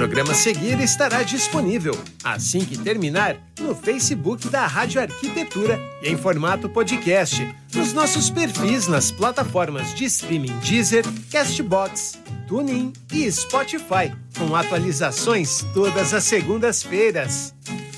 programa a seguir estará disponível, assim que terminar, no Facebook da Rádio Arquitetura e em formato podcast, nos nossos perfis nas plataformas de streaming Deezer, Castbox, TuneIn e Spotify, com atualizações todas as segundas-feiras.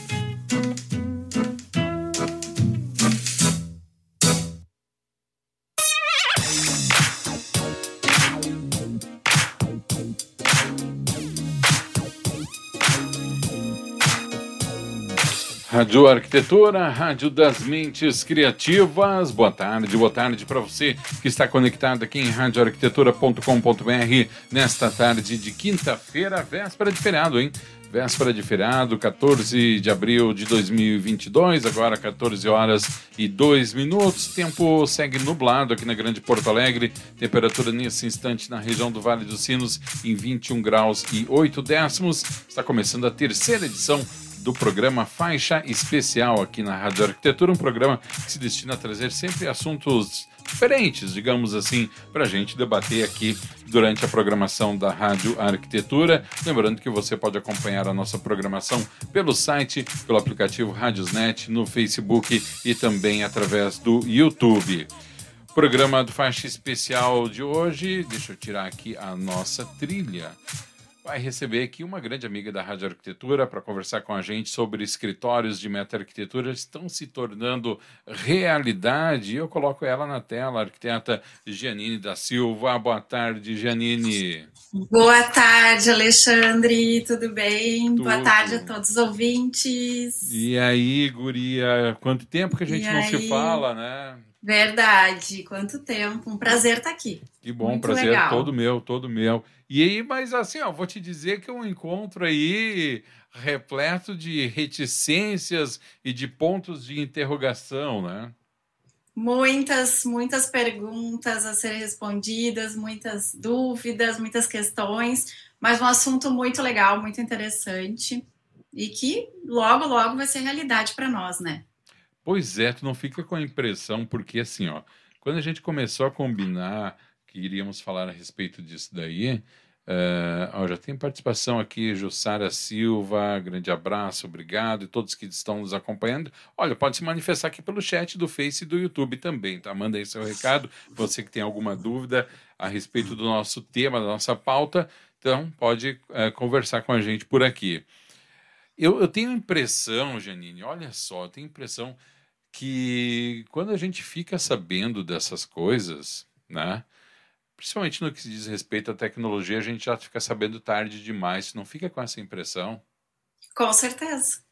Rádio Arquitetura, Rádio das Mentes Criativas. Boa tarde para você que está conectado aqui em radioarquitetura.com.br nesta tarde de quinta-feira, véspera de feriado, hein? Véspera de feriado, 14 de abril de 2022, agora 14 horas e 2 minutos. Tempo segue nublado aqui na Grande Porto Alegre. Temperatura nesse instante na região do Vale dos Sinos em 21 graus e 8 décimos. Está começando a terceira edição do programa Faixa Especial aqui na Rádio Arquitetura, um programa que se destina a trazer sempre assuntos diferentes, digamos assim, para a gente debater aqui durante a programação da Rádio Arquitetura. Lembrando que você pode acompanhar a nossa programação pelo site, pelo aplicativo Radiosnet, no Facebook e também através do YouTube. Programa do Faixa Especial de hoje, deixa eu tirar aqui a nossa trilha. Vai receber aqui uma grande amiga da Rádio Arquitetura para conversar com a gente sobre escritórios de meta-arquitetura que estão se tornando realidade. Eu coloco ela na tela, a arquiteta Gianine da Silva. Boa tarde, Gianine. Boa tarde, Alexandre. Tudo bem? Tudo. Boa tarde a todos os ouvintes. E aí, guria? Quanto tempo que a gente não se fala, né? Verdade, quanto tempo. Um prazer estar aqui. Que bom, muito prazer legal. todo meu. E aí, mas assim, ó, vou te dizer que é um encontro aí repleto de reticências e de pontos de interrogação, né? Muitas perguntas a serem respondidas, muitas dúvidas, muitas questões, mas um assunto muito legal, muito interessante e que logo vai ser realidade para nós, né? Pois é, tu não fica com a impressão, porque assim, ó, quando a gente começou a combinar que iríamos falar a respeito disso daí, já tem participação aqui, Jussara Silva, grande abraço, obrigado, e todos que estão nos acompanhando. Olha, pode se manifestar aqui pelo chat do Face e do YouTube também, tá? Manda aí seu recado, você que tem alguma dúvida a respeito do nosso tema, da nossa pauta, então pode conversar com a gente por aqui. Eu tenho a impressão, Janine, olha só, eu tenho a impressão que quando a gente fica sabendo dessas coisas, né, principalmente no que se diz respeito à tecnologia, a gente já fica sabendo tarde demais. Não fica com essa impressão? Com certeza.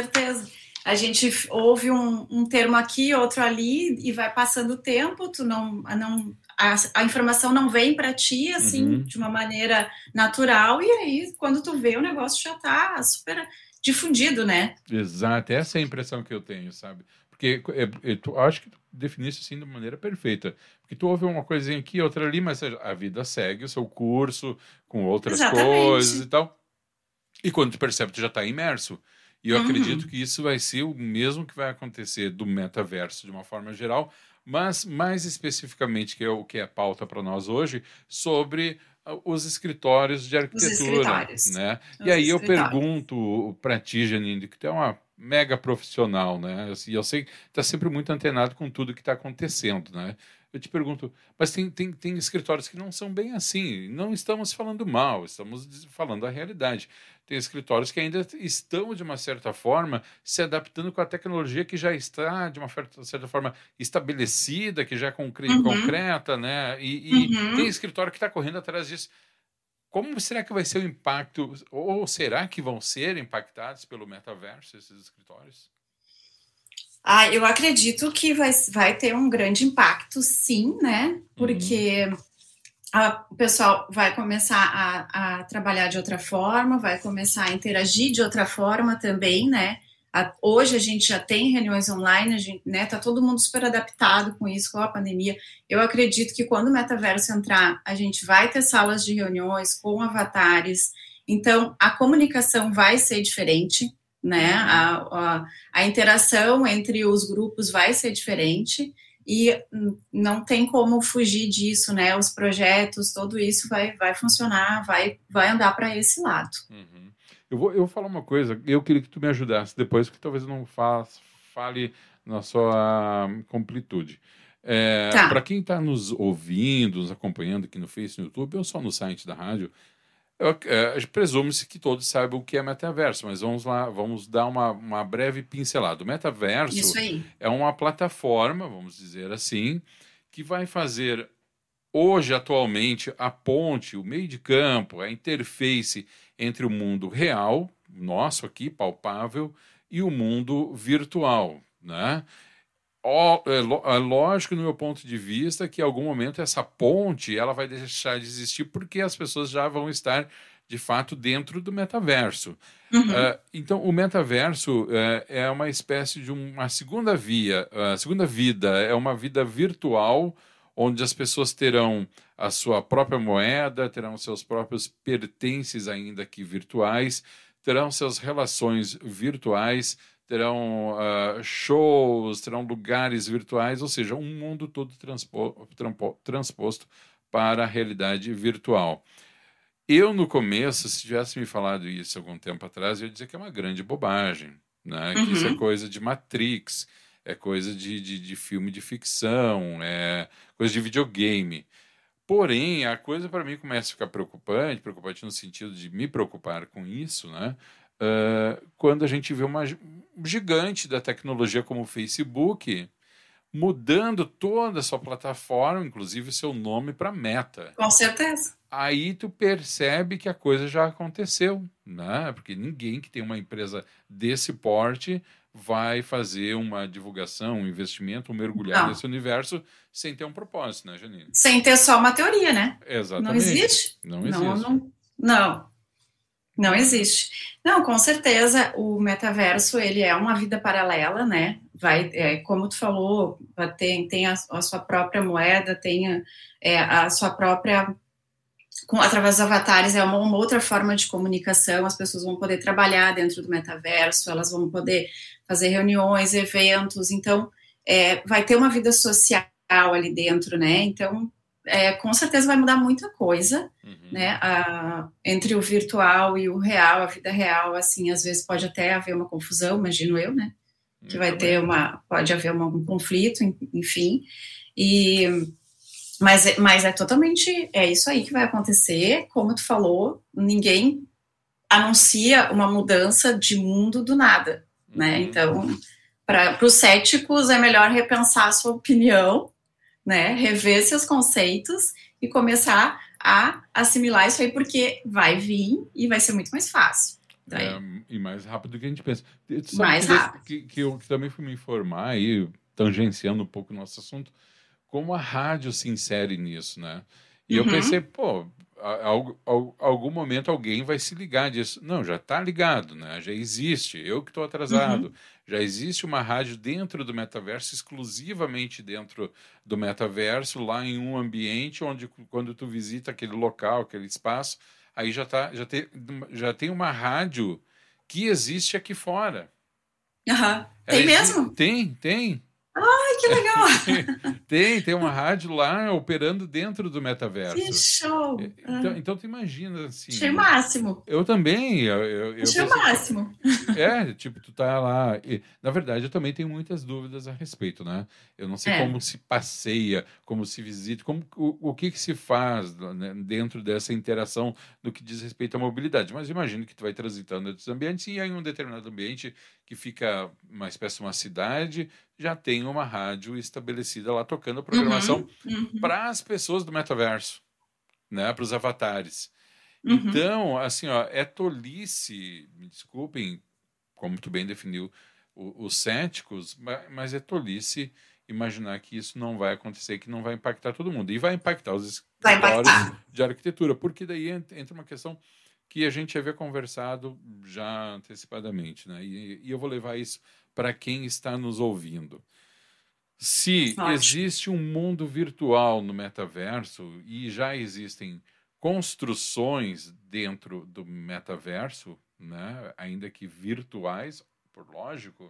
A gente ouve um termo aqui, outro ali, e vai passando o tempo, a informação não vem para ti, assim, de uma maneira natural, e aí, quando tu vê, o negócio já está super difundido, né? Exato, essa é a impressão que eu tenho, sabe? Porque eu acho que tu definiste assim de maneira perfeita. Porque tu ouve uma coisinha aqui, outra ali, mas a vida segue o seu curso com outras coisas e tal. E quando tu percebe, tu já está imerso. E eu acredito que isso vai ser o mesmo que vai acontecer do metaverso de uma forma geral, mas mais especificamente, que é o que é pauta para nós hoje, sobre os escritórios de arquitetura, né? E aí eu pergunto para ti, Janine, que tu é uma mega profissional, né? Assim, eu sei que está sempre muito antenado com tudo que está acontecendo, né? Eu te pergunto, mas tem escritórios que não são bem assim. Não estamos falando mal, estamos falando a realidade. Tem escritórios que ainda estão, de uma certa forma, se adaptando com a tecnologia que já está, de uma certa forma, estabelecida, que já é concreta, né? E tem escritório que está correndo atrás disso. Como será que vai ser o impacto, ou será que vão ser impactados pelo metaverso esses escritórios? Eu acredito que vai ter um grande impacto, sim, né? Porque o pessoal vai começar a trabalhar de outra forma, vai começar a interagir de outra forma também, né? Hoje a gente já tem reuniões online, a gente, né, tá todo mundo super adaptado com isso, com a pandemia. Eu acredito que quando o metaverso entrar, a gente vai ter salas de reuniões com avatares, então a comunicação vai ser diferente, né? A interação entre os grupos vai ser diferente e não tem como fugir disso, né? Os projetos, tudo isso vai funcionar, vai andar para esse lado. Uhum. Eu vou falar uma coisa, eu queria que tu me ajudasse depois, que talvez eu não fale na sua completude. Para Tá. quem está nos ouvindo, nos acompanhando aqui no Face, no YouTube, ou só no site da rádio, presume-se que todos saibam o que é metaverso, mas vamos lá, vamos dar uma breve pincelada. O metaverso Isso aí. é uma plataforma, vamos dizer assim, que vai fazer hoje, atualmente, a ponte, o meio de campo, a interface entre o mundo real, nosso aqui, palpável, e o mundo virtual, né? É lógico, no meu ponto de vista, que em algum momento essa ponte ela vai deixar de existir porque as pessoas já vão estar, de fato, dentro do metaverso. Uhum. Então, o metaverso é uma espécie de uma segunda via, segunda vida, é uma vida virtual onde as pessoas terão a sua própria moeda, terão seus próprios pertences ainda que virtuais, terão suas relações virtuais, terão shows, terão lugares virtuais, ou seja, um mundo todo transposto para a realidade virtual. Eu, no começo, se tivesse me falado isso algum tempo atrás, eu ia dizer que é uma grande bobagem, né? Que isso é Uhum. coisa de Matrix, é coisa de filme de ficção, é coisa de videogame. Porém, a coisa para mim começa a ficar preocupante no sentido de me preocupar com isso, né? Quando a gente vê um gigante da tecnologia como o Facebook mudando toda a sua plataforma, inclusive seu nome para Meta. Com certeza. Aí tu percebe que a coisa já aconteceu, né? Porque ninguém que tem uma empresa desse porte vai fazer uma divulgação, um investimento, um mergulhar Não. nesse universo sem ter um propósito, né, Janine? Sem ter só uma teoria, né? Não Exatamente. existe? Não Não, existe. não existe. Não, com certeza o metaverso ele é uma vida paralela, né? Como tu falou, tem a sua própria moeda, tem a sua própria através dos avatares é uma outra forma de comunicação, as pessoas vão poder trabalhar dentro do metaverso, elas vão poder fazer reuniões, eventos, então vai ter uma vida social ali dentro, né? Então, com certeza vai mudar muita coisa, né? Entre o virtual e o real, a vida real, assim, às vezes pode até haver uma confusão, imagino eu, né? Que pode haver um conflito, enfim, mas é totalmente, isso aí que vai acontecer, como tu falou, ninguém anuncia uma mudança de mundo do nada, né? Então, para os céticos é melhor repensar a sua opinião, né? Rever seus conceitos e começar a assimilar isso aí, porque vai vir e vai ser muito mais fácil. E mais rápido do que a gente pensa. Tu sabe Mais rápido. que eu também fui me informar aí, tangenciando um pouco o nosso assunto, como a rádio se insere nisso, né? E eu pensei, algum momento alguém vai se ligar disso. Não, já está ligado, né? Já existe. Eu que estou atrasado. Já existe uma rádio dentro do metaverso, exclusivamente dentro do metaverso, lá em um ambiente onde, quando tu visita aquele local, aquele espaço, aí já tem uma rádio que existe aqui fora. Tem mesmo? Tem. Ai, que legal! Tem uma rádio lá operando dentro do metaverso. Que show! Então tu imagina assim. Achei o máximo. Eu também. Achei o máximo. Tipo, tu tá lá. Na verdade, eu também tenho muitas dúvidas a respeito, né? Eu não sei como se passeia, como se visita, o que se faz, né, dentro dessa interação no que diz respeito à mobilidade. Mas imagino que tu vai transitando entre os ambientes e em um determinado ambiente que fica uma espécie de uma cidade, já tem uma rádio estabelecida lá tocando a programação para as pessoas do metaverso, né, para os avatares. Então, assim, é tolice, me desculpem, como tu bem definiu, os céticos, mas é tolice imaginar que isso não vai acontecer, que não vai impactar todo mundo. E vai impactar os escritórios de arquitetura, porque daí entra uma questão que a gente havia conversado já antecipadamente, né? E eu vou levar isso para quem está nos ouvindo. Se existe um mundo virtual no metaverso e já existem construções dentro do metaverso, né, ainda que virtuais, por lógico,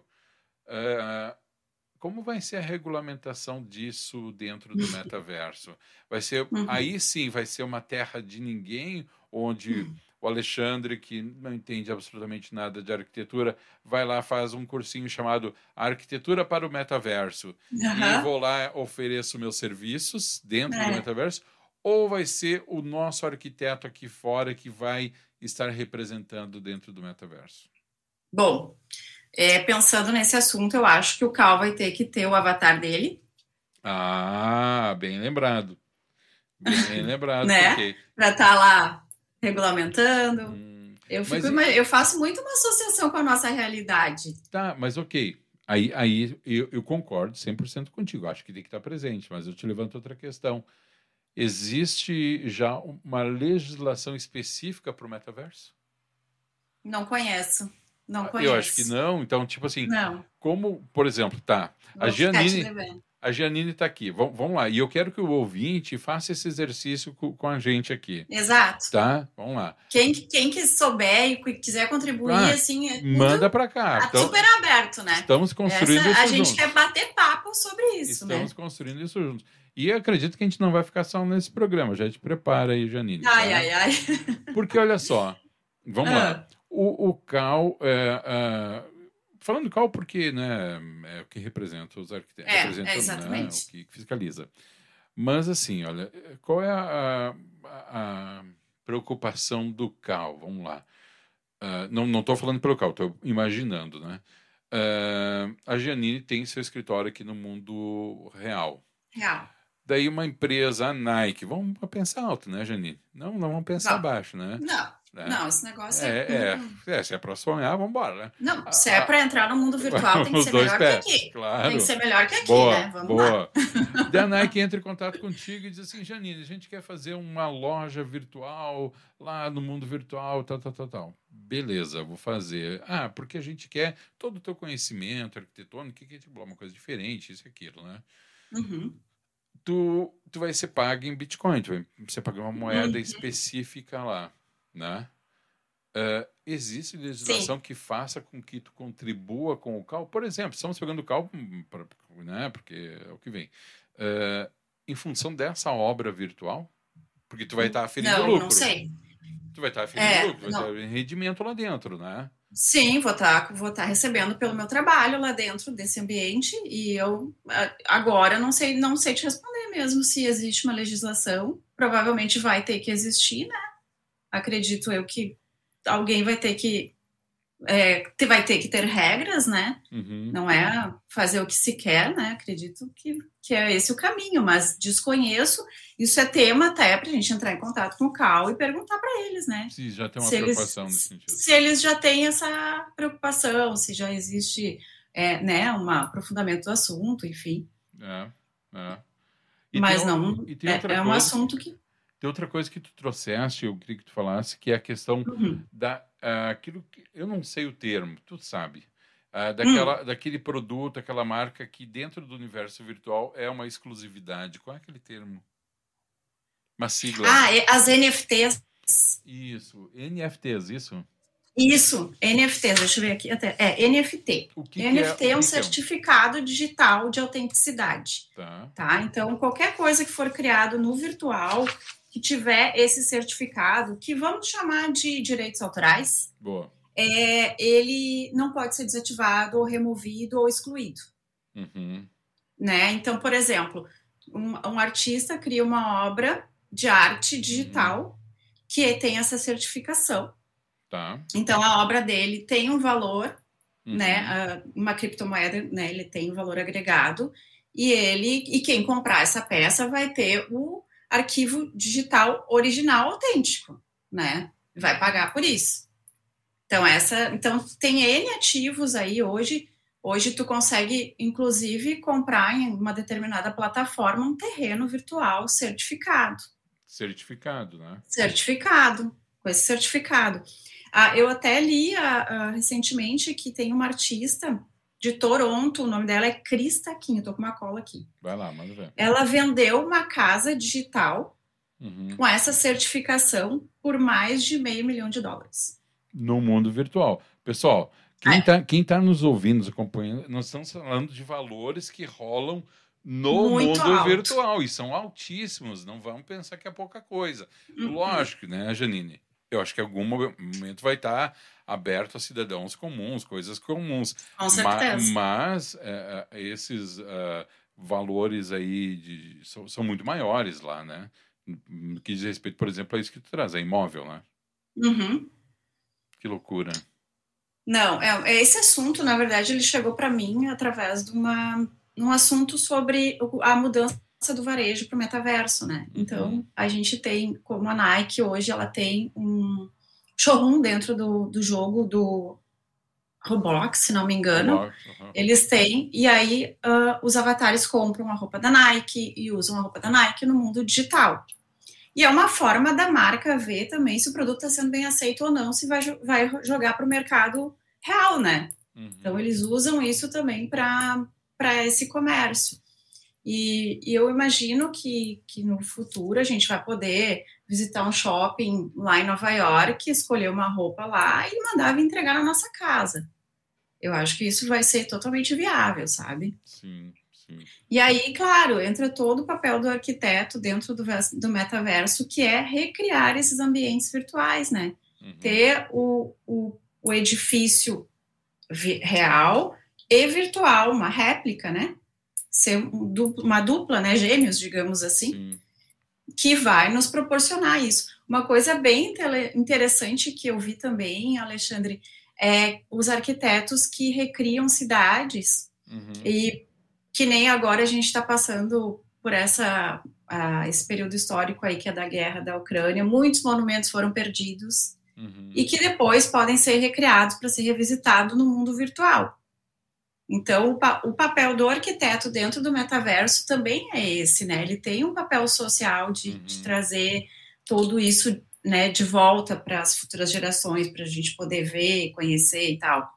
como vai ser a regulamentação disso dentro do metaverso? Vai ser aí sim vai ser uma terra de ninguém, onde o Alexandre, que não entende absolutamente nada de arquitetura, vai lá, faz um cursinho chamado Arquitetura para o Metaverso. E vou lá, ofereço meus serviços dentro do metaverso, ou vai ser o nosso arquiteto aqui fora que vai estar representando dentro do metaverso? Bom, pensando nesse assunto, eu acho que o Cal vai ter que ter o avatar dele. Bem lembrado. Bem lembrado. Né? Porque... Para estar lá regulamentando. Eu faço muito uma associação com a nossa realidade. Tá, mas ok. Aí eu concordo 100% contigo. Acho que tem que estar presente, mas eu te levanto outra questão. Existe já uma legislação específica para o metaverso? Não conheço. Não conheço. Eu acho que não. Então, tipo assim, não. Como, por exemplo, a Giannini está aqui. Vamos lá. E eu quero que o ouvinte faça esse exercício com a gente aqui. Exato. Tá? Vamos lá. Quem que souber e quiser contribuir, assim... manda para cá. Então, super aberto, né? Estamos construindo isso juntos. A gente quer bater papo sobre isso, Estamos construindo isso juntos. E eu acredito que a gente não vai ficar só nesse programa. Já te prepara aí, Giannini. Ai. Porque, olha só. Vamos lá. O Cal... falando do Cal porque, né, é o que representa os arquitetos. Exatamente. Né, o que fiscaliza. Mas, assim, olha, qual é a preocupação do Cal? Vamos lá. Não estou falando pelo Cal, estou imaginando, né? A Giannini tem seu escritório aqui no mundo real. Daí uma empresa, a Nike, vamos pensar alto, né, Giannini? Não vamos pensar baixo, né? Não, esse negócio se é para sonhar, vamos embora, né? Não, se é para entrar no mundo virtual, tem que ser melhor que aqui. Claro. Tem que ser melhor que aqui, boa, né? Vamos lá. Daí a Nike entra em contato contigo e diz assim, Giannini, a gente quer fazer uma loja virtual lá no mundo virtual, tal. Beleza, vou fazer. Porque a gente quer todo o teu conhecimento arquitetônico, que é tipo uma coisa diferente, isso e aquilo, né? Uhum. Tu vai ser pago em Bitcoin, tu vai ser pago uma moeda específica lá, né? Existe legislação que faça com que tu contribua com o Cal? Por exemplo, estamos pegando o Cal, né, porque é o que vem. Em função dessa obra virtual? Porque tu vai estar aferindo lucro. Não sei. Tu vai estar aferindo lucro, vai ter rendimento lá dentro, né? Sim, vou estar recebendo pelo meu trabalho lá dentro desse ambiente e eu agora não sei te responder mesmo se existe uma legislação. Provavelmente vai ter que existir, né? Acredito eu que alguém vai ter que ter regras, né? Uhum. Não é fazer o que se quer, né? Acredito que é esse o caminho, mas desconheço. Isso é tema até para a gente entrar em contato com o Cal e perguntar para eles, né? Se já tem uma preocupação nesse sentido. Se eles já têm essa preocupação, se já existe né, um aprofundamento do assunto, enfim. Mas é um assunto que... Tem outra coisa que tu trouxeste, eu queria que tu falasse, que é a questão aquilo que eu não sei o termo, tu sabe, daquele produto, aquela marca que dentro do universo virtual é uma exclusividade. Qual é aquele termo? Uma sigla. As NFTs. Isso, NFTs, isso? Isso, NFTs, deixa eu ver aqui até. NFT. NFT é um certificado digital de autenticidade. Tá? Então, qualquer coisa que for criado no virtual, que tiver esse certificado, que vamos chamar de direitos autorais, boa. Ele não pode ser desativado, ou removido, ou excluído. Uhum. Né? Então, por exemplo, um artista cria uma obra de arte digital que tem essa certificação. Tá. Então, a obra dele tem um valor, né? Uma criptomoeda, né? Ele tem um valor agregado e quem comprar essa peça vai ter o arquivo digital original autêntico, né? Vai pagar por isso. Então tem N ativos aí hoje. Hoje tu consegue, inclusive, comprar em uma determinada plataforma um terreno virtual certificado. Certificado, né? Certificado, com esse certificado. Eu até li recentemente que tem uma artista de Toronto, o nome dela é Cris Taquinho, tô com uma cola aqui. Vai lá, manda ver. Ela vendeu uma casa digital com essa certificação por mais de $500 mil. No mundo virtual. Pessoal, quem tá nos ouvindo, nos acompanhando, nós estamos falando de valores que rolam no muito mundo alto. Virtual, e são altíssimos, não vamos pensar que é pouca coisa. Lógico, né, Giannini? Eu acho que em algum momento vai estar aberto a cidadãos comuns, coisas comuns. Com certeza. Mas esses valores aí são muito maiores lá, né? No que diz respeito, por exemplo, a isso que tu traz, é imóvel, né? Uhum. Que loucura. Não, esse assunto, na verdade, ele chegou para mim através de um assunto sobre a mudança do varejo para o metaverso, né? Então, a gente tem, como a Nike hoje, ela tem um showroom dentro do jogo do Roblox, se não me engano. Roblox, Eles têm, e aí os avatares compram a roupa da Nike e usam a roupa da Nike no mundo digital. E é uma forma da marca ver também se o produto está sendo bem aceito ou não, se vai jogar para o mercado real, né? Então, eles usam isso também para esse comércio. E eu imagino que no futuro a gente vai poder visitar um shopping lá em Nova York, escolher uma roupa lá e mandar vir entregar na nossa casa. Eu acho que isso vai ser totalmente viável, sabe? Sim, sim. E aí, claro, entra todo o papel do arquiteto dentro do metaverso, que é recriar esses ambientes virtuais, né? Ter o edifício real e virtual, uma réplica, né? Ser uma dupla, né? Gêmeos, digamos assim, Sim. Que vai nos proporcionar isso. Uma coisa bem interessante que eu vi também, Alexandre, é os arquitetos que recriam cidades e que nem agora a gente está passando por esse período histórico aí que é da guerra da Ucrânia, muitos monumentos foram perdidos e que depois podem ser recriados para ser revisitado no mundo virtual. Então, o papel do arquiteto dentro do metaverso também é esse, né? Ele tem um papel social de trazer tudo isso, né, de volta para as futuras gerações, para a gente poder ver, conhecer e tal.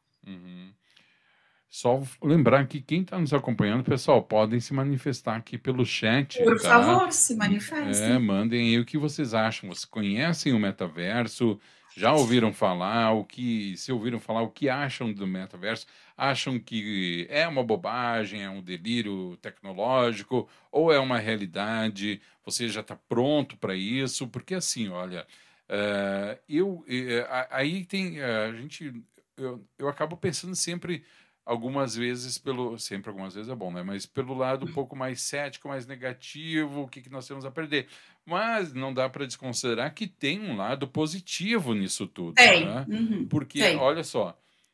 Só lembrar que quem está nos acompanhando, pessoal, podem se manifestar aqui pelo chat. Por favor, se manifestem. Mandem aí o que vocês acham. Vocês conhecem o metaverso? Já ouviram falar? Se ouviram falar, o que acham do metaverso? Acham que é uma bobagem, é um delírio tecnológico ou é uma realidade? Você já está pronto para isso? Porque assim, olha, aí tem a gente, eu acabo pensando sempre algumas vezes algumas vezes é bom, né? Mas pelo lado um pouco mais cético, mais negativo, o que nós temos a perder. Mas não dá para desconsiderar que tem um lado positivo nisso tudo. Tem. Né? Porque, olha só,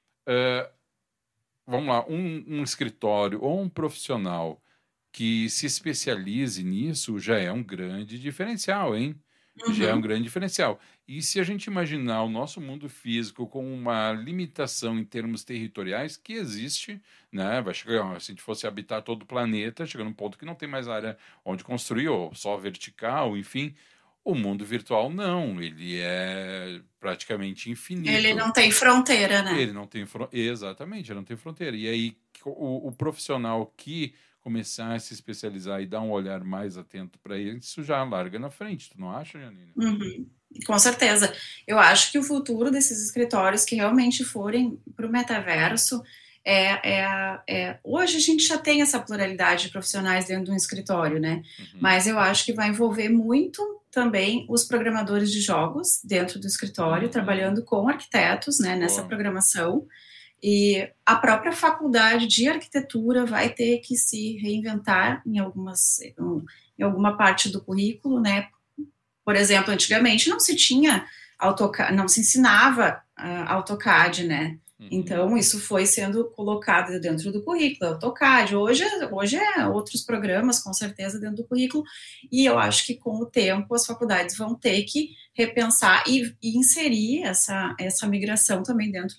vamos lá, um escritório ou um profissional que se especialize nisso já é um grande diferencial, hein? Já é um grande diferencial. E se a gente imaginar o nosso mundo físico com uma limitação em termos territoriais que existe, né? Vai chegar, se a gente fosse habitar todo o planeta, chega num ponto que não tem mais área onde construir, ou só vertical, enfim. O mundo virtual não, ele é praticamente infinito. Ele não tem fronteira, né? Ele não tem exatamente, ele não tem fronteira. E aí o profissional que começar a se especializar e dar um olhar mais atento para isso já larga na frente, tu não acha, Janine? Com certeza. Eu acho que o futuro desses escritórios que realmente forem para o metaverso hoje a gente já tem essa pluralidade de profissionais dentro de um escritório, né? Mas eu acho que vai envolver muito também os programadores de jogos dentro do escritório, trabalhando com arquitetos, né, nessa programação. E a própria faculdade de arquitetura vai ter que se reinventar em alguma parte do currículo, né? Por exemplo, antigamente não se tinha AutoCAD, não se ensinava AutoCAD, né? Então, isso foi sendo colocado dentro do currículo, AutoCAD. Hoje é outros programas, com certeza, dentro do currículo, e eu acho que com o tempo as faculdades vão ter que repensar e inserir essa migração também dentro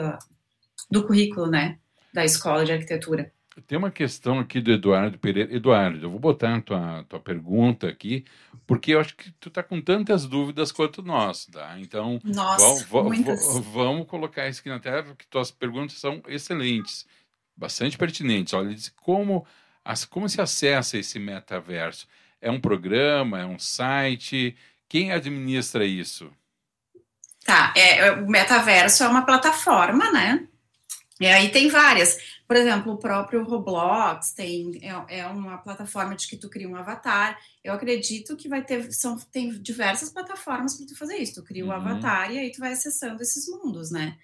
do currículo, né, da escola de arquitetura. Tem uma questão aqui do Eduardo Pereira. Eduardo, eu vou botar a tua pergunta aqui, porque eu acho que tu está com tantas dúvidas quanto nós, tá? Então, vamos colocar isso aqui na tela, porque tuas perguntas são excelentes, bastante pertinentes. Olha, ele diz como se acessa esse metaverso? É um programa, é um site? Quem administra isso? Tá, o metaverso é uma plataforma, né? E aí tem várias. Por exemplo, o próprio Roblox é uma plataforma de que tu cria um avatar. Eu acredito que tem diversas plataformas para tu fazer isso. Tu cria o avatar e aí tu vai acessando esses mundos, né?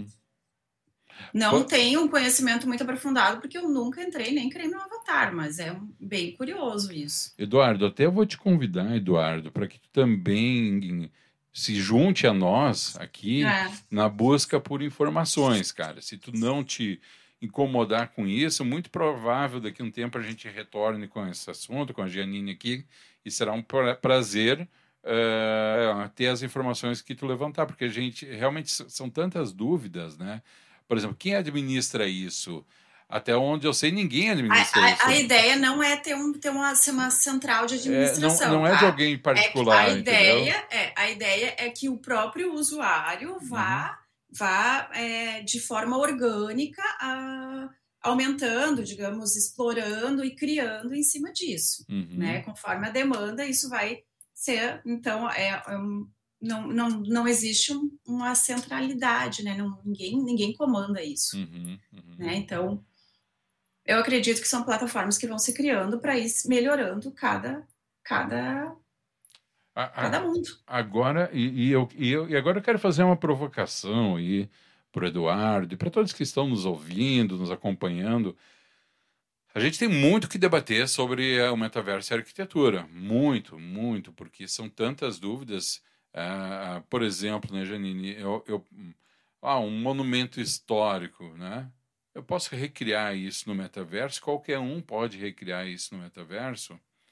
Não tenho um conhecimento muito aprofundado, porque eu nunca entrei nem criei meu avatar, mas é bem curioso isso. Eduardo, até eu vou te convidar, Eduardo, para que tu também se junte a nós aqui na busca por informações, cara. Se tu não te incomodar com isso, muito provável daqui a um tempo a gente retorne com esse assunto, com a Giannini aqui, e será um prazer ter as informações que tu levantar, porque a gente realmente são tantas dúvidas, né? Por exemplo, quem administra isso? Até onde eu sei, ninguém administra isso. A ideia não é ter uma central de administração. Não é de alguém particular. A ideia é que o próprio usuário vá de forma orgânica aumentando, digamos, explorando e criando em cima disso. Né? Conforme a demanda, isso vai ser. Então, não existe uma centralidade, né? Ninguém comanda isso. Né? Então, eu acredito que são plataformas que vão se criando para ir melhorando cada mundo. Agora, e agora eu quero fazer uma provocação para o Eduardo e para todos que estão nos ouvindo, nos acompanhando. A gente tem muito que debater sobre o metaverso e a arquitetura. Muito, muito, porque são tantas dúvidas. Por exemplo, né, Giannini, um monumento histórico, né? Eu posso recriar isso no metaverso? Qualquer um pode recriar isso no metaverso?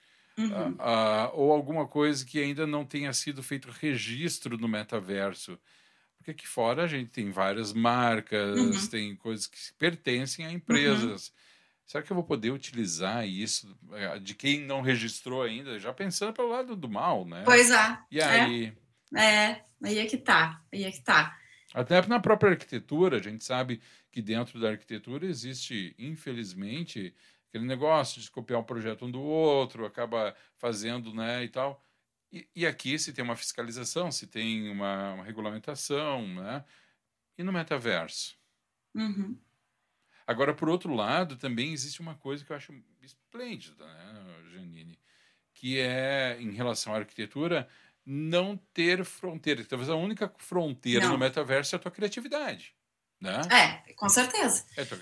Ou alguma coisa que ainda não tenha sido feito registro no metaverso? Porque aqui fora a gente tem várias marcas, tem coisas que pertencem a empresas. Será que eu vou poder utilizar isso de quem não registrou ainda? Já pensando pelo lado do mal, né? Pois é. E aí? Aí é que tá. Até na própria arquitetura, a gente sabe que dentro da arquitetura existe, infelizmente, aquele negócio de copiar um projeto um do outro, acaba fazendo, né, e tal. E aqui se tem uma fiscalização, se tem uma regulamentação, né? E no metaverso? Agora, por outro lado, também existe uma coisa que eu acho esplêndida, né, Giannini, que é, em relação à arquitetura, não ter fronteira. Talvez a única fronteira no metaverso é a tua criatividade. Né? Com certeza.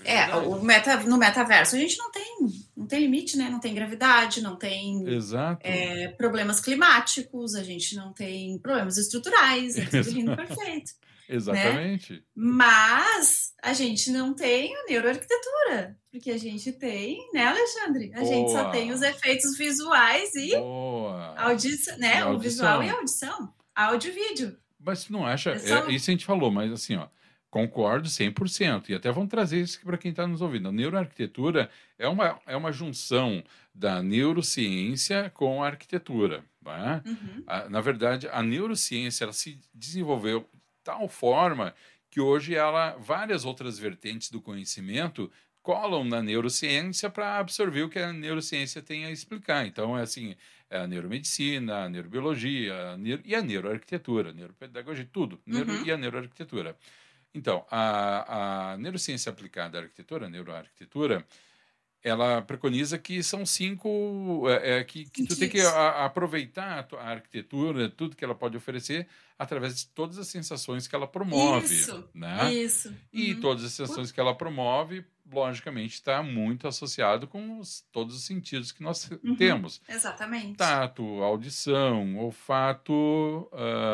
No metaverso a gente não tem limite, né? Não tem gravidade, não tem problemas climáticos, a gente não tem problemas estruturais, é tudo lindo, perfeito. Exatamente. Né? Mas a gente não tem a neuroarquitetura, porque a gente tem, né, Alexandre? A gente só tem os efeitos visuais e audição, né? O visual e a audição, áudio e vídeo. Mas você não acha? Isso a gente falou, mas assim, concordo 100%. E até vamos trazer isso para quem está nos ouvindo. A neuroarquitetura é uma junção da neurociência com a arquitetura. Né? Na verdade, a neurociência ela se desenvolveu de tal forma que hoje várias outras vertentes do conhecimento colam na neurociência para absorver o que a neurociência tem a explicar. Então, é a neuromedicina, a neurobiologia e a neuroarquitetura, a neuropedagogia, tudo. E a neuroarquitetura. Então, a neurociência aplicada à arquitetura, a neuroarquitetura, ela preconiza que são 5... que tu tem que aproveitar a arquitetura, tudo que ela pode oferecer, através de todas as sensações que ela promove. Isso. E todas as sensações que ela promove, logicamente, está muito associado com todos os sentidos que nós temos. Exatamente. Tato, audição, olfato...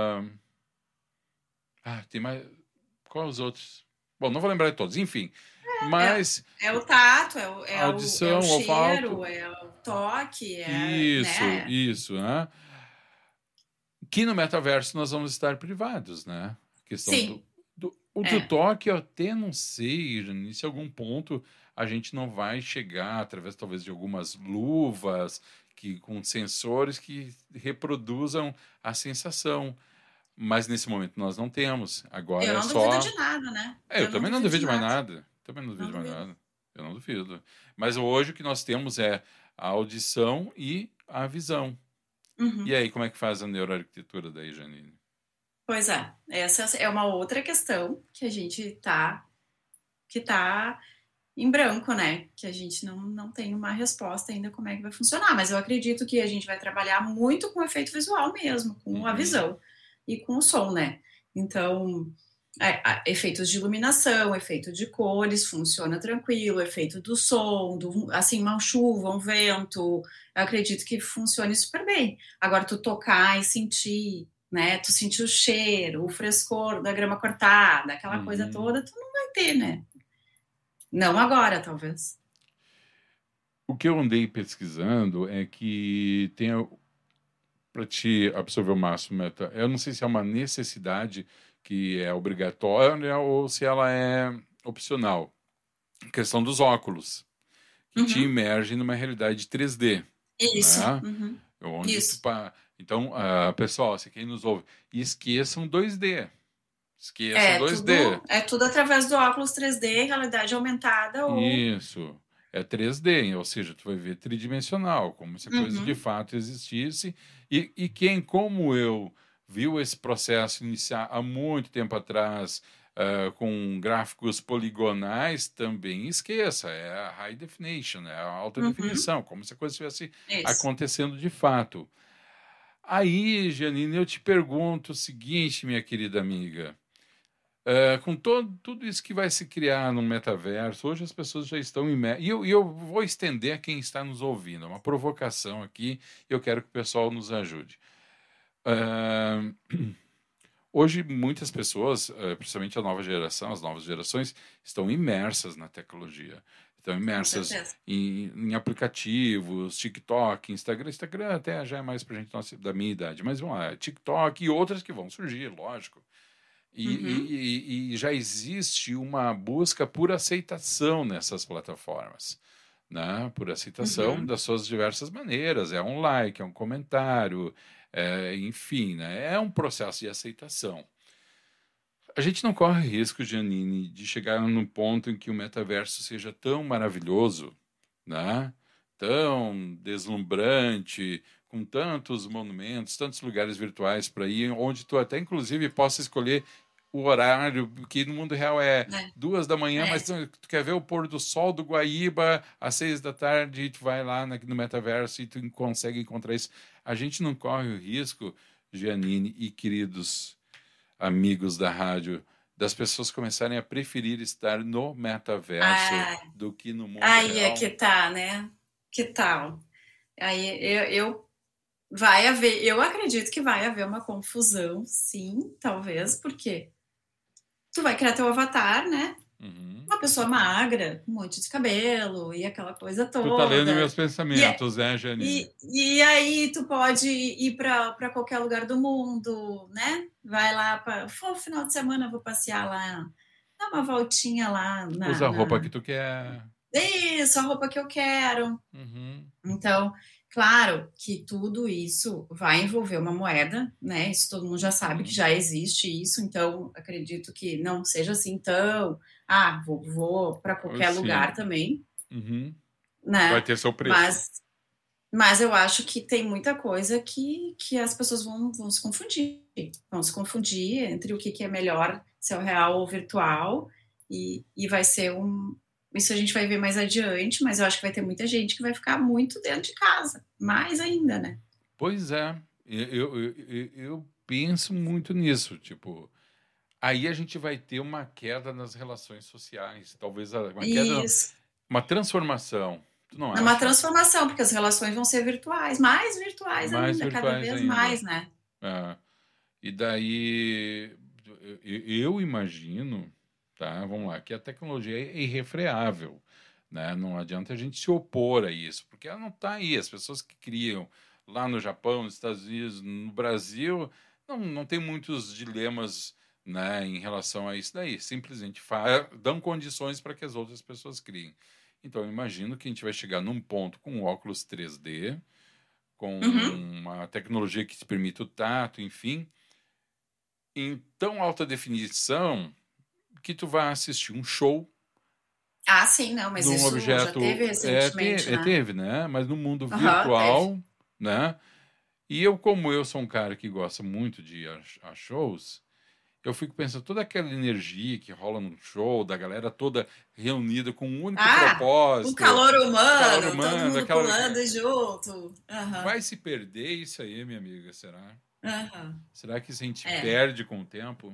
tem mais... Quais os outros? Bom, não vou lembrar de todos. Enfim, mas... É o tato, a audição, o cheiro, olfato. é o toque. Isso, né? Que no metaverso nós vamos estar privados, né? A questão do toque, eu até não sei, se em algum ponto a gente não vai chegar, através talvez de algumas luvas, com sensores que reproduzam a sensação. Mas nesse momento nós não temos. Agora eu não duvido de nada, né? Eu também não duvido de mais nada. Eu não duvido. Mas hoje o que nós temos é a audição e a visão. E aí, como é que faz a neuroarquitetura daí, Giannini? Pois é. Essa é uma outra questão que a gente está em branco, né? Que a gente não tem uma resposta ainda como é que vai funcionar. Mas eu acredito que a gente vai trabalhar muito com o efeito visual mesmo, com a visão e com o som, né? Então, efeitos de iluminação, efeito de cores, funciona tranquilo, efeito do som, assim, uma chuva, um vento, eu acredito que funcione super bem. Agora, tu tocar e sentir, né? Tu sentir o cheiro, o frescor da grama cortada, aquela coisa toda, tu não vai ter, né? Não agora, talvez. O que eu andei pesquisando é que tem, para te absorver o máximo, eu não sei se é uma necessidade que é obrigatória ou se ela é opcional. A questão dos óculos, que te imerge numa realidade 3D. Isso. Né? Onde Isso. Então, pessoal, se quem nos ouve, esqueçam 2D. Esqueçam 2D. É tudo através do óculos 3D, realidade aumentada. Isso. É 3D, ou seja, tu vai ver tridimensional, como se a coisa de fato existisse. E quem, como eu, viu esse processo iniciar há muito tempo atrás, com gráficos poligonais, também esqueça. É a high definition, é a alta definição, como se a coisa estivesse acontecendo de fato. Aí, Janine, eu te pergunto o seguinte, minha querida amiga. Com tudo isso que vai se criar no metaverso, hoje as pessoas já estão imersas. E eu vou estender a quem está nos ouvindo. É uma provocação aqui, eu quero que o pessoal nos ajude. Hoje, muitas pessoas, principalmente a nova geração, as novas gerações, estão imersas na tecnologia. Estão imersas em aplicativos, TikTok, Instagram. Instagram até já é mais para gente da minha idade. Mas vamos lá, TikTok e outras que vão surgir, lógico. E já existe uma busca por aceitação nessas plataformas, né? Por aceitação das suas diversas maneiras. É um like, é um comentário, enfim, né? É um processo de aceitação. A gente não corre risco, Janine, de chegar num ponto em que o metaverso seja tão maravilhoso, né? Tão deslumbrante, com tantos monumentos, tantos lugares virtuais para ir, onde tu até, inclusive, possa escolher o horário, que no mundo real é 2 da manhã, mas tu quer ver o pôr do sol do Guaíba às 6 da tarde, e tu vai lá no metaverso e tu consegue encontrar isso. A gente não corre o risco, Janine e queridos amigos da rádio, das pessoas começarem a preferir estar no metaverso do que no mundo real. Aí é que tá, né? Que tal? Aí eu acredito que vai haver uma confusão, sim, talvez, porque tu vai criar teu avatar, né? Uma pessoa magra, um monte de cabelo e aquela coisa toda. Tu tá lendo meus pensamentos, né, Janine? E aí tu pode ir para qualquer lugar do mundo, né? Vai lá o final de semana eu vou passear lá, dar uma voltinha lá. Usa a roupa que tu quer. Isso, a roupa que eu quero. Então, claro que tudo isso vai envolver uma moeda, né? Isso todo mundo já sabe que já existe isso, então acredito que não seja assim tão... vou para qualquer lugar também. Né? Vai ter seu preço. Mas eu acho que tem muita coisa que as pessoas vão se confundir. Vão se confundir entre o que é melhor, se é o real ou virtual, e vai ser Isso a gente vai ver mais adiante, mas eu acho que vai ter muita gente que vai ficar muito dentro de casa. Mais ainda, né? Pois é. Eu penso muito nisso. Tipo, aí a gente vai ter uma queda nas relações sociais. Talvez uma queda... Uma transformação. Tu não acha? Uma transformação, porque as relações vão ser virtuais. Mais virtuais ainda, cada vez ainda. Mais, né? E daí, eu imagino... Tá, vamos lá, que a tecnologia é irrefreável, né? Não adianta a gente se opor a isso, porque ela não está aí. As pessoas que criam lá no Japão, nos Estados Unidos, no Brasil, não tem muitos dilemas, né, em relação a isso daí. Simplesmente dão condições para que as outras pessoas criem. Então, eu imagino que a gente vai chegar num ponto com óculos 3D, com uma tecnologia que te permite o tato, enfim, em tão alta definição que tu vai assistir um show. Sim, não, mas isso já teve recentemente, né? Teve, né? Mas no mundo virtual, né? E como eu sou um cara que gosta muito de ir a shows, Eu fico pensando, toda aquela energia que rola no show, da galera toda reunida com um único O propósito. calor humano, todo mundo aquela... pulando junto. Vai se perder isso aí, minha amiga, será? Será que isso a gente perde com o tempo?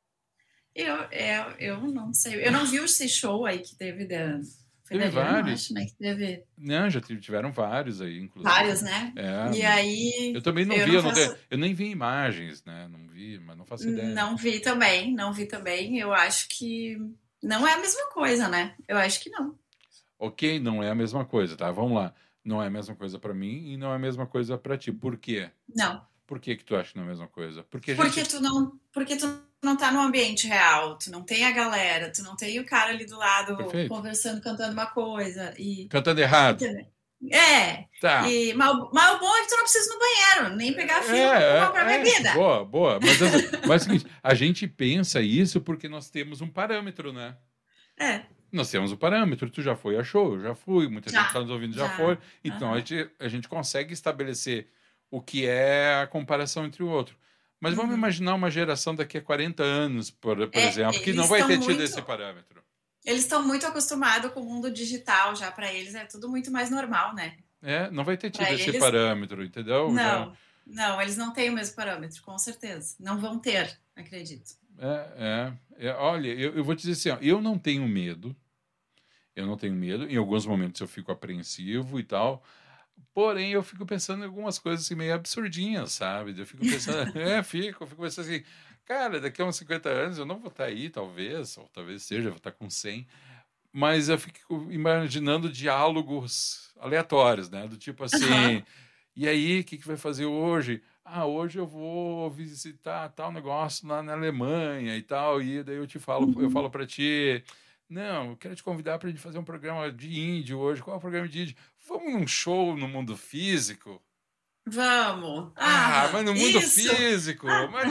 Eu não sei. Eu não vi esse show aí que teve Teve vários. Acho, né, que teve... Não, já tiveram vários aí, inclusive. Vários, né? E aí... Eu também não vi, eu nem vi imagens, né? Não vi, mas não faço ideia. Não vi também. Eu acho que não é a mesma coisa, né? Eu acho que não. Ok, não é a mesma coisa, tá? Vamos lá. Não é a mesma coisa para mim e não é a mesma coisa para ti. Por quê? Não. Por que tu acha que não é a mesma coisa? Porque tu não tá no ambiente real, tu não tem a galera, tu não tem o cara ali do lado conversando, cantando uma coisa e... Cantando errado. Tá. Mas o bom é que tu não precisa ir no banheiro, nem pegar fila pra comprar bebida. Boa. Mas é o seguinte, a gente pensa isso porque nós temos um parâmetro, né? Nós temos um parâmetro. Tu já foi a show, eu já fui, muita gente que tá nos ouvindo já foi. Então a gente consegue estabelecer o que é a comparação entre o outro. Mas vamos imaginar uma geração daqui a 40 anos, por exemplo, que não vai ter tido esse parâmetro. Eles estão muito acostumados com o mundo digital, já para eles é tudo muito mais normal, né? Não vai ter tido esse parâmetro, entendeu? Não, eles não têm o mesmo parâmetro, com certeza. Não vão ter, acredito. Olha, eu vou te dizer assim, ó, eu não tenho medo. Em alguns momentos eu fico apreensivo e tal. Porém, eu fico pensando em algumas coisas assim, meio absurdinhas, sabe? Eu fico pensando, fico pensando assim, cara, daqui a uns 50 anos eu não vou estar aí, talvez, ou talvez seja, vou estar com 100, mas eu fico imaginando diálogos aleatórios, né? Do tipo assim, e aí, o que vai fazer hoje? Hoje eu vou visitar tal negócio lá na Alemanha e tal, e daí eu falo para ti... Não, eu quero te convidar para a gente fazer um programa de índio hoje. Qual é o programa de índio? Vamos num show no mundo físico? Vamos. Mas no mundo físico.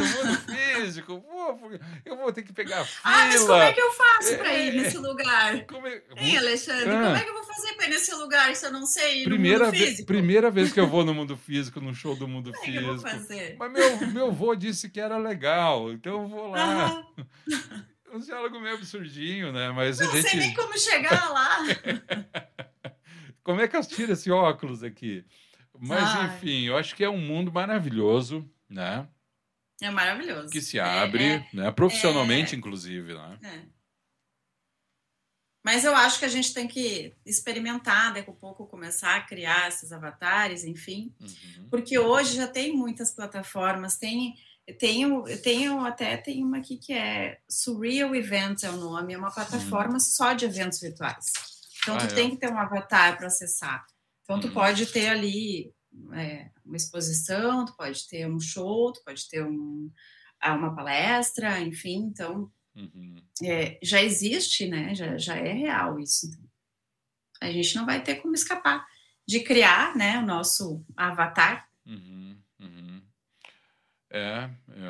Eu vou ter que pegar fila. Mas como é que eu faço para ir nesse lugar? Alexandre? Como é que eu vou fazer para ir nesse lugar se eu não sei ir no mundo físico? Primeira vez que eu vou no mundo físico, num show do mundo físico. Que eu vou fazer? Mas meu avô disse que era legal, então eu vou lá. Um diálogo meio absurdinho, né? Mas não sei nem como chegar lá. Como é que eu tiro esse óculos aqui? Mas, enfim, eu acho que é um mundo maravilhoso, né? É maravilhoso. Que se abre, né? Profissionalmente, inclusive, né? Mas eu acho que a gente tem que experimentar, daqui a pouco começar a criar esses avatares, enfim. Porque hoje já tem muitas plataformas, tem uma aqui que é Surreal Events, é o nome, é uma plataforma só de eventos virtuais. Então, tu tem que ter um avatar para acessar. Então, tu pode ter ali uma exposição, tu pode ter um show, tu pode ter uma palestra, enfim. Então, já existe, né? Já é real isso. Então, a gente não vai ter como escapar de criar, né, o nosso avatar. É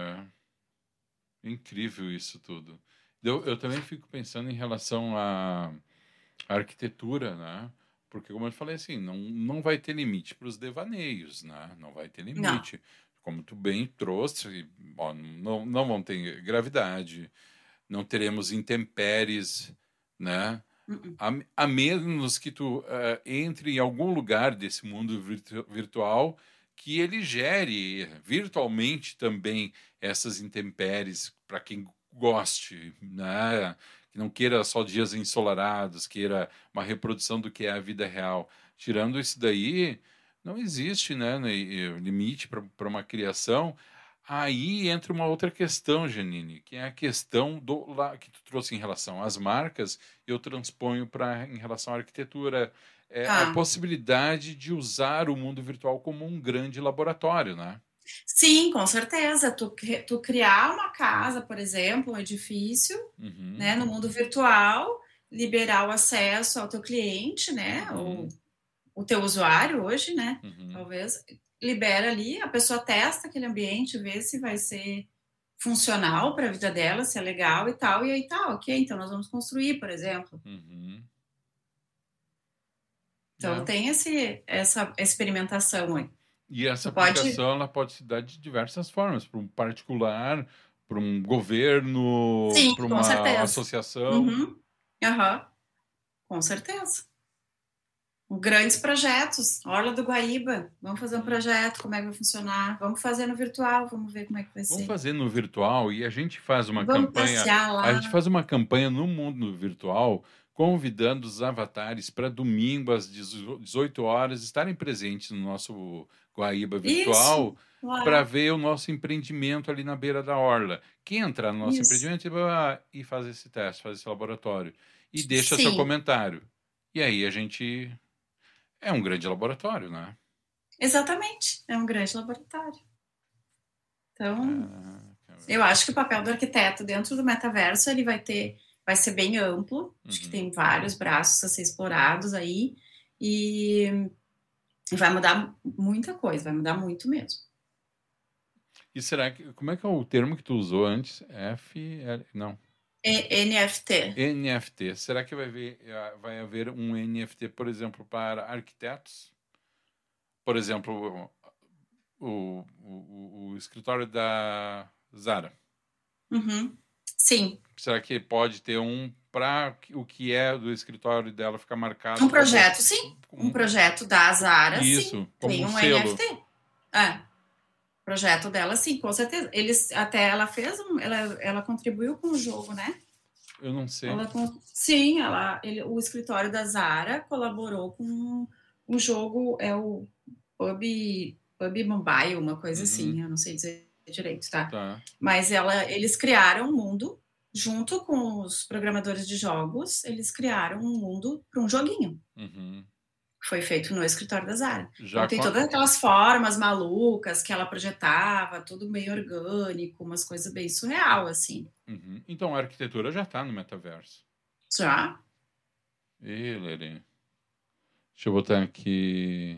incrível isso tudo. Eu também fico pensando em relação à arquitetura, né? Porque, como eu falei assim, não vai ter limite para os devaneios, né? Não vai ter limite. Não. Como tu bem trouxe, não vão ter gravidade, não teremos intempéries, né? A menos que tu entre em algum lugar desse mundo virtual que ele gere virtualmente também essas intempéries para quem goste, né? Que não queira só dias ensolarados, queira uma reprodução do que é a vida real. Tirando isso daí, não existe, né, limite para uma criação. Aí entra uma outra questão, Janine, que é a questão que tu trouxe em relação às marcas, eu transponho em relação à arquitetura. A possibilidade de usar o mundo virtual como um grande laboratório, né? Sim, com certeza. Tu criar uma casa, por exemplo, um edifício, né, no mundo virtual, liberar o acesso ao teu cliente, né, ou o teu usuário hoje, né, talvez, libera ali, a pessoa testa aquele ambiente, vê se vai ser funcional para a vida dela, se é legal e tal, e aí tá, ok, então nós vamos construir, por exemplo. Então tem essa experimentação aí. E essa aplicação ela pode se dar de diversas formas, para um particular, um governo, para uma associação. Com certeza. Grandes projetos. Orla do Guaíba. Vamos fazer um projeto, como é que vai funcionar? Vamos fazer no virtual, vamos ver como é que vai ser. Vamos fazer no virtual e a gente faz uma vamos campanha. Passear lá. A gente faz uma campanha no mundo virtual, convidando os avatares para domingo às 18 horas estarem presentes no nosso Guaíba virtual para ver o nosso empreendimento ali na beira da orla. Quem entrar no nosso empreendimento e faz esse teste, faz esse laboratório e deixa seu comentário. E aí a gente... É um grande laboratório, né? Exatamente, é um grande laboratório. Então, eu acho que o papel do arquiteto dentro do metaverso ele vai ser bem amplo. Acho que tem vários braços a ser explorados aí e vai mudar muita coisa, vai mudar muito mesmo. E será que como é que é o termo que tu usou antes? Não. NFT. NFT. Será que vai haver um NFT, por exemplo, para arquitetos? Por exemplo, o escritório da Zara. Sim. Será que pode ter um para o que é do escritório dela ficar marcado? Um projeto, sim. Um projeto da Zara, isso, sim. Como tem um selo. NFT. Projeto dela, sim, com certeza. Ela fez ela contribuiu com o jogo, né? Eu não sei. O escritório da Zara colaborou com o jogo, é o Pub Mobile, uma coisa assim, eu não sei dizer direito, tá? Mas eles criaram um mundo, junto com os programadores de jogos, eles criaram um mundo para um joguinho. Foi feito no escritório da Zara. Então, tem todas aquelas formas malucas que ela projetava, tudo meio orgânico, umas coisas bem surreal, assim. Então, a arquitetura já está no metaverso. Já. Lelê. Deixa eu botar aqui...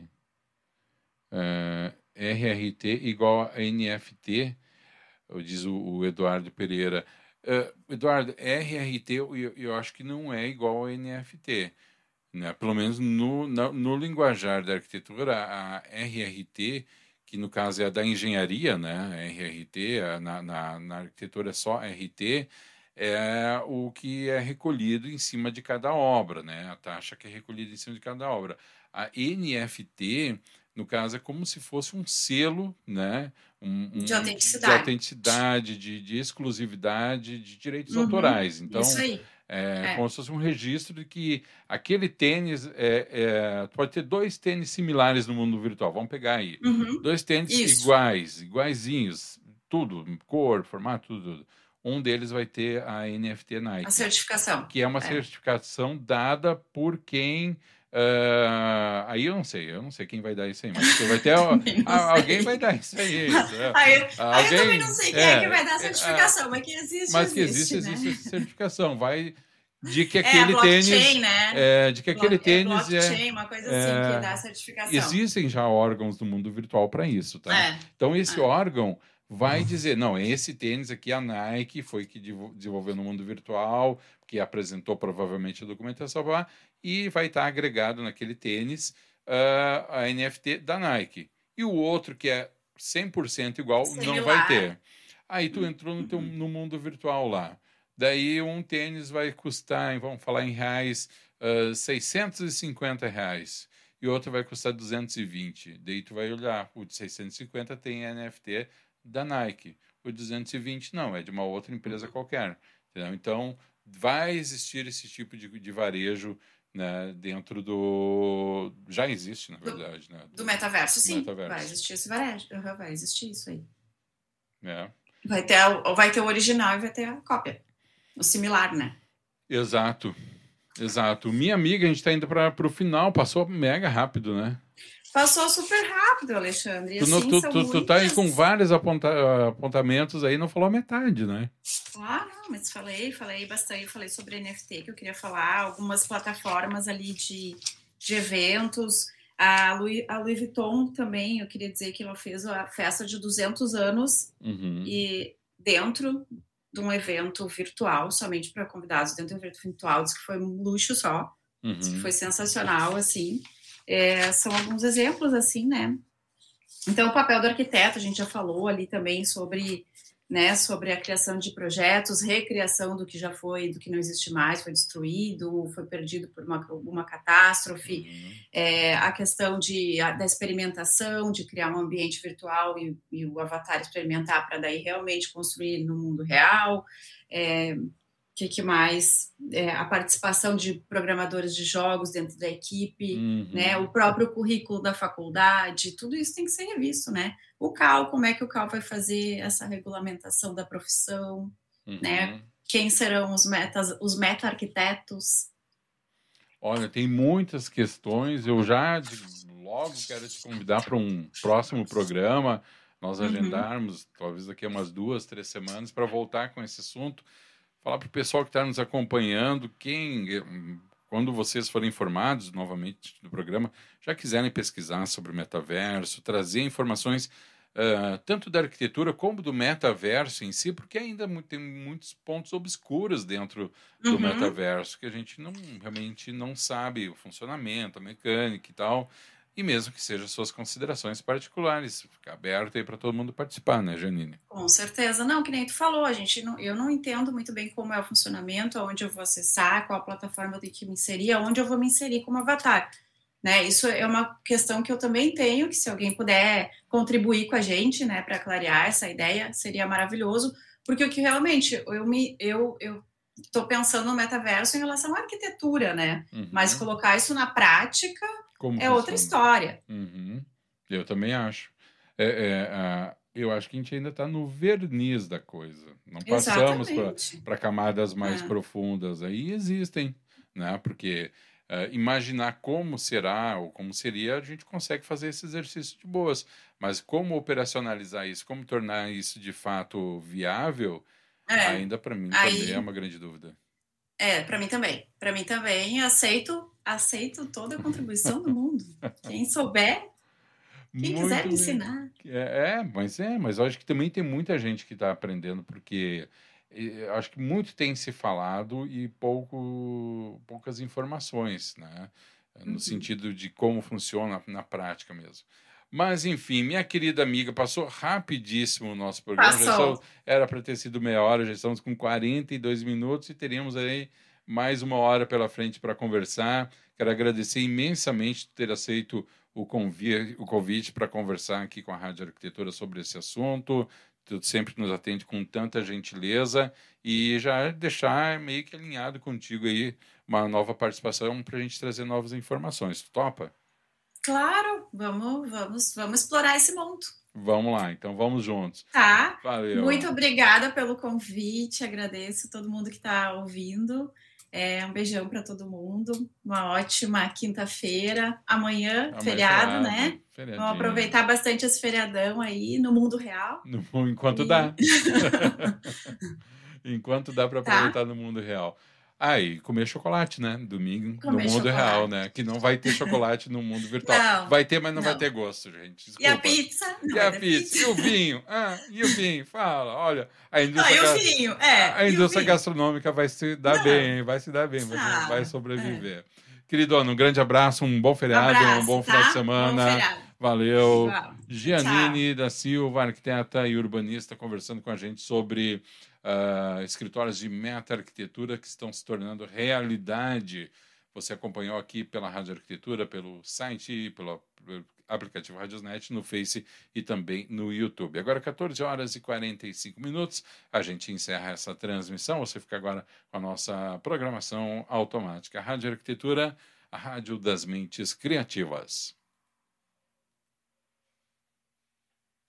RRT igual a NFT, diz o Eduardo Pereira. Eduardo, RRT eu acho que não é igual a NFT. Né? Pelo menos no linguajar da arquitetura, a RRT, que no caso é a da engenharia, né? A RRT, na arquitetura é só RT, é o que é recolhido em cima de cada obra, né? A taxa que é recolhida em cima de cada obra. A NFT, no caso, é como se fosse um selo, né? De autenticidade, de exclusividade, de direitos autorais. Então, isso aí. Como se fosse um registro de que aquele tênis pode ter 2 tênis similares no mundo virtual. Vamos pegar aí. 2 tênis iguaizinhos, tudo, cor, formato, tudo. Um deles vai ter a NFT Nike. A certificação. Que é uma certificação dada por quem... aí eu não sei quem vai dar isso aí, mas vai ter alguém vai dar isso aí. Eu também não sei quem é que vai dar a certificação, mas que existe. Mas que existe essa certificação. Vai de que aquele tênis, né? De que aquele tênis blockchain, uma coisa assim que dá a certificação. Existem já órgãos do mundo virtual para isso, tá? Então esse órgão vai dizer, não, esse tênis aqui, a Nike, foi que desenvolveu no mundo virtual, que apresentou provavelmente a documentação lá, e vai estar agregado naquele tênis a NFT da Nike. E o outro, que é 100% igual, não vai ter. Aí tu entrou no mundo virtual lá. Daí um tênis vai custar, vamos falar em reais, R$650. E outro vai custar 220. Daí tu vai olhar, o de 650 tem NFT da Nike. O 220 não, é de uma outra empresa qualquer. Entendeu? Então, vai existir esse tipo de varejo, né, dentro do... Já existe, na verdade. Do metaverso, sim. Vai existir esse varejo. Vai existir isso aí. Vai ter o original e vai ter a cópia. O similar, né? Exato. Minha amiga, a gente está indo para o final. Passou mega rápido, né? Passou super rápido, Alexandre. Tu tá aí com vários apontamentos aí, não falou a metade, né? Não, mas falei bastante. Falei sobre NFT, que eu queria falar, algumas plataformas ali de eventos. A Louis Vuitton também, eu queria dizer que ela fez a festa de 200 anos e dentro de um evento virtual, somente para convidados, dentro de um evento virtual, disse que foi um luxo só, disse que foi sensacional, assim. São alguns exemplos, assim, né? Então, o papel do arquiteto, a gente já falou ali também sobre, né, sobre a criação de projetos, recriação do que já foi, do que não existe mais, foi destruído, foi perdido por uma catástrofe, a questão da experimentação, de criar um ambiente virtual e o avatar experimentar para daí realmente construir no mundo real. Que mais? A participação de programadores de jogos dentro da equipe, né? O próprio currículo da faculdade, tudo isso tem que ser revisto, né? O CAL, como é que o CAL vai fazer essa regulamentação da profissão, né? Quem serão os meta-arquitetos? Olha, tem muitas questões, eu já logo quero te convidar para um próximo programa, nós agendarmos, talvez daqui a umas 2, 3 semanas, para voltar com esse assunto. Falar para o pessoal que está nos acompanhando, quando vocês forem informados novamente do programa, já quiserem pesquisar sobre o metaverso, trazer informações tanto da arquitetura como do metaverso em si, porque ainda tem muitos pontos obscuros dentro do metaverso que a gente realmente não sabe o funcionamento, a mecânica e tal. E mesmo que sejam suas considerações particulares, fica aberto aí para todo mundo participar, né, Janine? Com certeza. Não, que nem tu falou, eu não entendo muito bem como é o funcionamento, aonde eu vou acessar, qual plataforma eu tenho que me inserir, aonde eu vou me inserir como avatar. Né? Isso é uma questão que eu também tenho, que se alguém puder contribuir com a gente, né, para clarear essa ideia, seria maravilhoso, porque o que realmente eu estou pensando no metaverso em relação à arquitetura, né? Mas colocar isso na prática outra história. Eu também acho. Eu acho que a gente ainda está no verniz da coisa. Não passamos para camadas mais profundas. Aí existem, né? Porque imaginar como será ou como seria, a gente consegue fazer esse exercício de boas. Mas como operacionalizar isso, como tornar isso de fato viável, ainda para mim também é uma grande dúvida. Para mim também. Para mim também, aceito toda a contribuição do mundo. Quem souber, quem quiser me ensinar. Mas eu acho que também tem muita gente que está aprendendo, porque acho que muito tem se falado e poucas informações, né? No sentido de como funciona na prática mesmo. Mas, enfim, minha querida amiga, passou rapidíssimo o nosso programa. Era para ter sido meia hora, já estamos com 42 minutos e teríamos aí mais 1 hora pela frente para conversar. Quero agradecer imensamente por ter aceito o convite para conversar aqui com a Rádio Arquitetura sobre esse assunto. Tu sempre nos atende com tanta gentileza e já deixar meio que alinhado contigo aí uma nova participação para a gente trazer novas informações. Tu topa? Claro, vamos explorar esse mundo. Vamos lá, então vamos juntos. Tá. Valeu. Muito obrigada pelo convite, agradeço todo mundo que está ouvindo. Um beijão para todo mundo, uma ótima quinta-feira. Amanhã feriado, né? Feriadinho. Vamos aproveitar bastante esse feriadão aí no mundo real. Enquanto dá. Enquanto dá para aproveitar no mundo real. E comer chocolate, né? Domingo no mundo real, né? Que não vai ter chocolate no mundo virtual. Não, vai ter, mas não vai ter gosto, gente. Desculpa. E a pizza? E a pizza? E o vinho? E o vinho? Fala, olha. A indústria gastronômica vai se dar bem, vai se dar bem, vai sobreviver. Queridona, um grande abraço, um bom feriado, um bom final de semana. Valeu. Igual. Gianine da Silva, arquiteta e urbanista, conversando com a gente sobre escritórios de meta-arquitetura que estão se tornando realidade. Você acompanhou aqui pela Rádio Arquitetura, pelo site, pelo aplicativo Radiosnet, no Face e também no YouTube. Agora, 14h45, a gente encerra essa transmissão. Você fica agora com a nossa programação automática. A Rádio Arquitetura, a rádio das mentes criativas.